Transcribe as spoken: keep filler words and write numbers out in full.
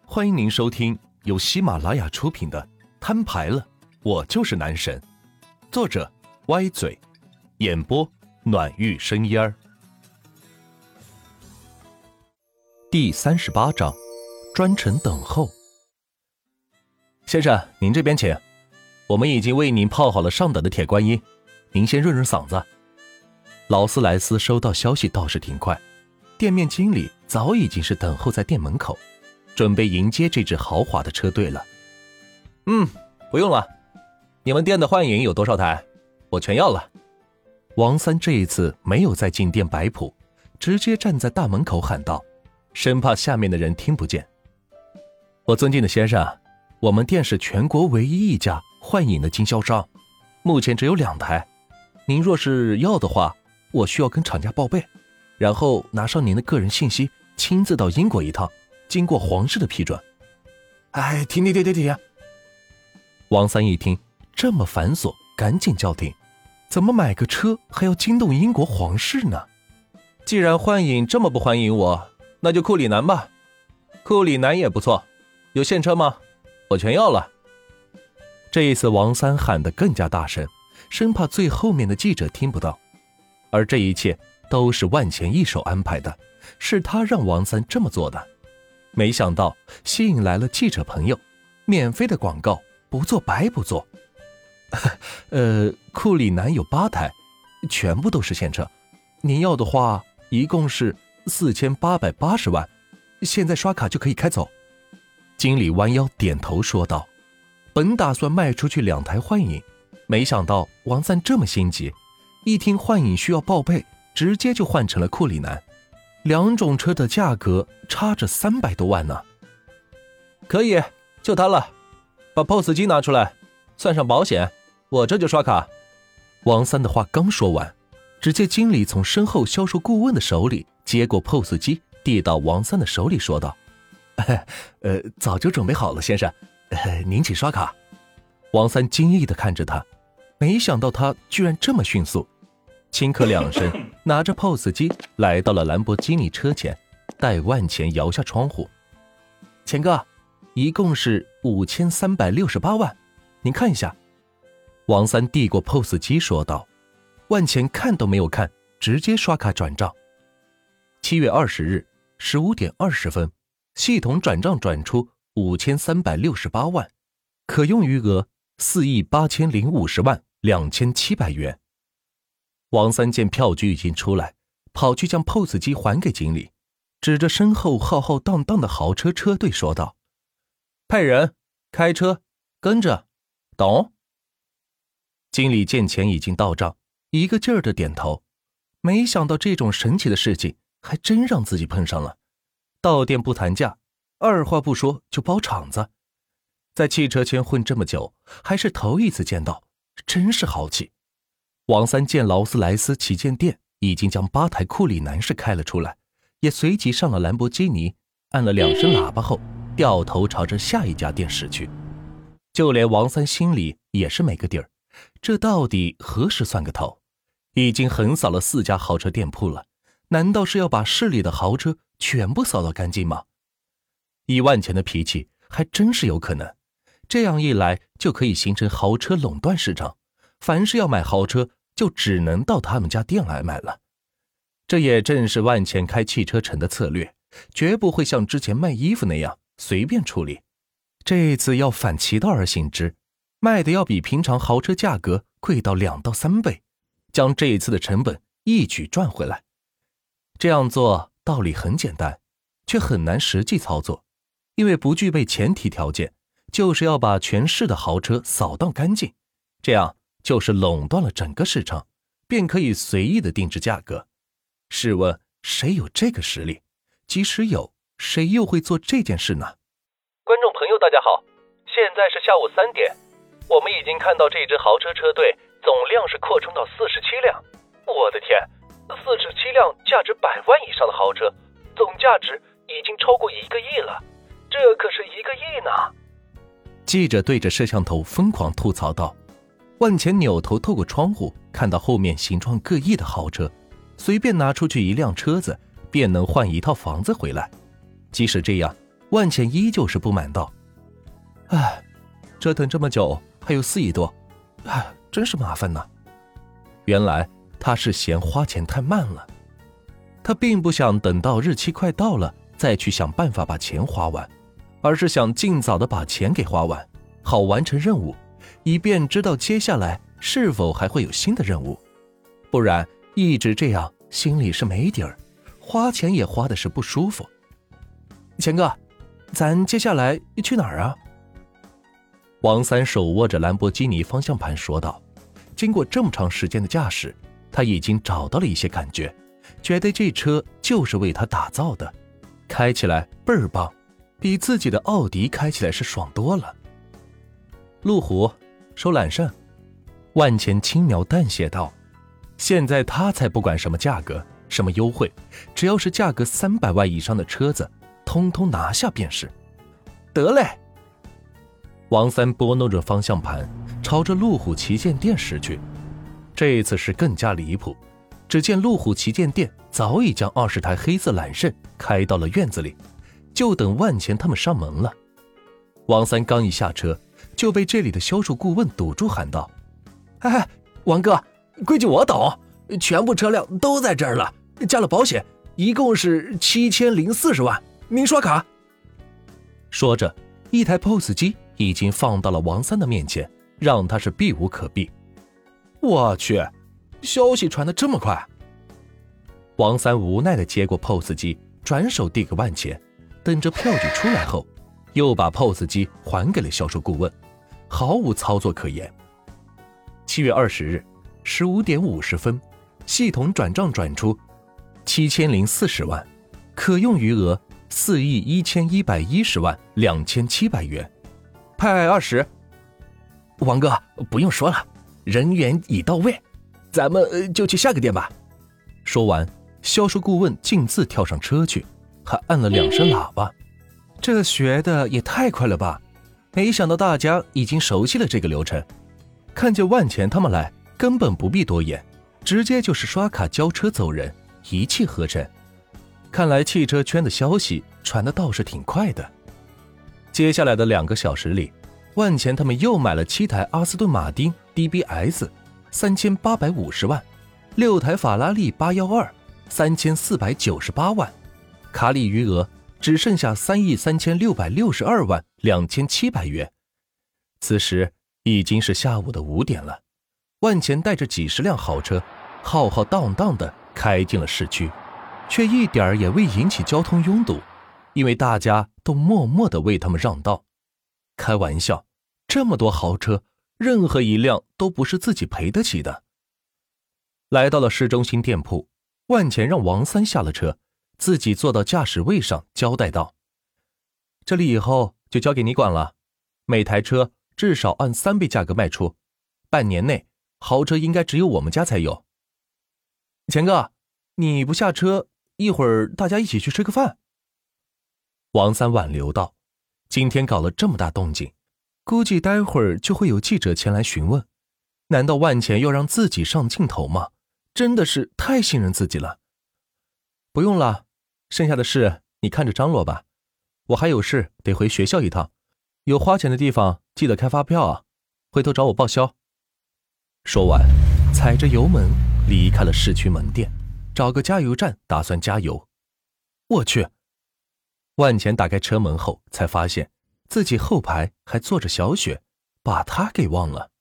欢迎您收听由喜马拉雅出品的《摊牌了，我就是男神》，作者歪嘴，演播暖玉生烟儿。第三十八章，专程等候。先生，您这边请，我们已经为您泡好了上等的铁观音，您先润润嗓子。劳斯莱斯收到消息倒是挺快，店面经理早已经是等候在店门口，准备迎接这支豪华的车队了。嗯，不用了，你们店的幻影有多少台？我全要了。王三这一次没有在进店摆谱，直接站在大门口喊道，生怕下面的人听不见。我尊敬的先生，我们店是全国唯一一家幻影的经销商，目前只有两台，您若是要的话，我需要跟厂家报备，然后拿上您的个人信息，亲自到英国一趟，经过皇室的批准。哎，停停停停停！王三一听这么繁琐，赶紧叫停。怎么买个车还要惊动英国皇室呢？既然幻影这么不欢迎我，那就库里南吧。库里南也不错，有现车吗？我全要了。这一次王三喊得更加大声，生怕最后面的记者听不到。而这一切都是万钱一手安排的，是他让王三这么做的。没想到吸引来了记者朋友，免费的广告不做白不做。呃，库里南有八台，全部都是现车，您要的话一共是四千八百八十万，现在刷卡就可以开走。经理弯腰点头说道。本打算卖出去两台幻影，没想到王三这么心急，一听幻影需要报备，直接就换成了库里南。两种车的价格差着三百多万呢。可以，就它了，把 P O S 机拿出来，算上保险，我这就刷卡。王三的话刚说完，只见经理从身后销售顾问的手里接过 P O S 机，递到王三的手里说道，呃，早就准备好了，先生，呃，您请刷卡。王三惊异地看着他，没想到他居然这么迅速，轻咳两声，拿着 P O S 机来到了兰博基尼车前，带万钱摇下窗户。钱哥，一共是五千三百六十八万，您看一下。王三递过 P O S 机说道。万钱看都没有看，直接刷卡转账。七月二十日十五点二十分，系统转账转出五千三百六十八万，可用余额四亿八千零五十万两千七百元。王三见票据已经出来，跑去将 P O S 机还给经理，指着身后浩浩荡荡的豪车车队说道，派人开车跟着，懂？经理见钱已经到账，一个劲儿的点头。没想到这种神奇的事情还真让自己碰上了。到店不谈价，二话不说就包场子。在汽车圈混这么久，还是头一次见到，真是豪气。王三见劳斯莱斯旗舰店已经将八台库里南式开了出来，也随即上了兰博基尼，按了两声喇叭后，掉头朝着下一家店驶去。就连王三心里也是没个底儿，这到底何时算个头？已经横扫了四家豪车店铺了，难道是要把市里的豪车全部扫到干净吗？以万钱的脾气，还真是有可能。这样一来，就可以形成豪车垄断市场，凡是要买豪车，就只能到他们家店来买了。这也正是万钱开汽车城的策略，绝不会像之前卖衣服那样随便处理。这次要反其道而行之，卖的要比平常豪车价格贵到两到三倍，将这一次的成本一举赚回来。这样做道理很简单，却很难实际操作，因为不具备前提条件，就是要把全市的豪车扫荡干净，这样就是垄断了整个市场，便可以随意的定制价格。试问谁有这个实力？即使有，谁又会做这件事呢？ 观众朋友大家好，现在是下午三点，我们已经看到这支豪车车队总量是扩充到四十七辆。我的天，四十七辆价值百万以上的豪车，总价值已经超过一个亿了，这可是一个亿呢。 记者对着摄像头疯狂吐槽道。万钱扭头透过窗户看到后面形状各异的豪车，随便拿出去一辆车子便能换一套房子回来。即使这样， 万茜依旧是不满道：哎，折腾这么久还有四亿多，哎，真是麻烦呐。原来他是嫌花钱太慢了，他并不想等到日期快到了再去想办法把钱花完，而是想尽早的把钱给花完，好完成任务，以便知道接下来是否还会有新的任务。不然一直这样心里是没底儿，花钱也花的是不舒服。钱哥，咱接下来去哪儿啊？王三手握着兰博基尼方向盘说道。经过这么长时间的驾驶，他已经找到了一些感觉，觉得这车就是为他打造的，开起来倍儿棒，比自己的奥迪开起来是爽多了。路虎，收揽胜。万茜轻描淡写道。现在他才不管什么价格什么优惠，只要是价格三百万以上的车子通通拿下便是。得嘞。王三拨弄着方向盘朝着路虎旗舰店驶去。这一次是更加离谱，只见路虎旗舰店早已将二十台黑色揽胜开到了院子里，就等万茜他们上门了。王三刚一下车就被这里的销售顾问堵住喊道：哎，王哥，规矩我懂，全部车辆都在这儿了，加了保险，一共是七千零四十万，您刷卡。说着，一台 P O S 机已经放到了王三的面前，让他是避无可避。我去，消息传得这么快。王三无奈地接过 P O S 机，转手递给万茜，等着票据出来后，又把 P O S 机还给了销售顾问，毫无操作可言。七月二十日十五点五十分，系统转账转出七千零四十万，可用余额四亿一千一百一十万两千七百元。派二十。王哥，不用说了，人员已到位，咱们就去下个店吧。说完，销售顾问径自跳上车去，还按了两声喇叭。这学的也太快了吧！没想到大家已经熟悉了这个流程。看见万茜他们来，根本不必多言，直接就是刷卡交车走人，一气呵成。看来汽车圈的消息传的倒是挺快的。接下来的两个小时里，万茜他们又买了七台阿斯顿马丁 D B S 三千八百五十万，六台法拉利八一二三千四百九十八万，卡里余额只剩下三亿三千六百六十二万两千七百元。此时已经是下午的五点了，万茜带着几十辆豪车浩浩荡荡地开进了市区，却一点儿也未引起交通拥堵，因为大家都默默地为他们让道。开玩笑，这么多豪车，任何一辆都不是自己赔得起的。来到了市中心店铺，万茜让王三下了车，自己坐到驾驶位上交代道：这里以后就交给你管了，每台车至少按三倍价格卖出，半年内豪车应该只有我们家才有。钱哥，你不下车，一会儿大家一起去吃个饭。王三挽留道，今天搞了这么大动静，估计待会儿就会有记者前来询问，难道万茜要让自己上镜头吗？真的是太信任自己了。不用了，剩下的事你看着张罗吧，我还有事得回学校一趟，有花钱的地方记得开发票啊，回头找我报销。说完，踩着油门离开了市区门店，找个加油站打算加油。我去！万茜打开车门后才发现自己后排还坐着小雪，把她给忘了。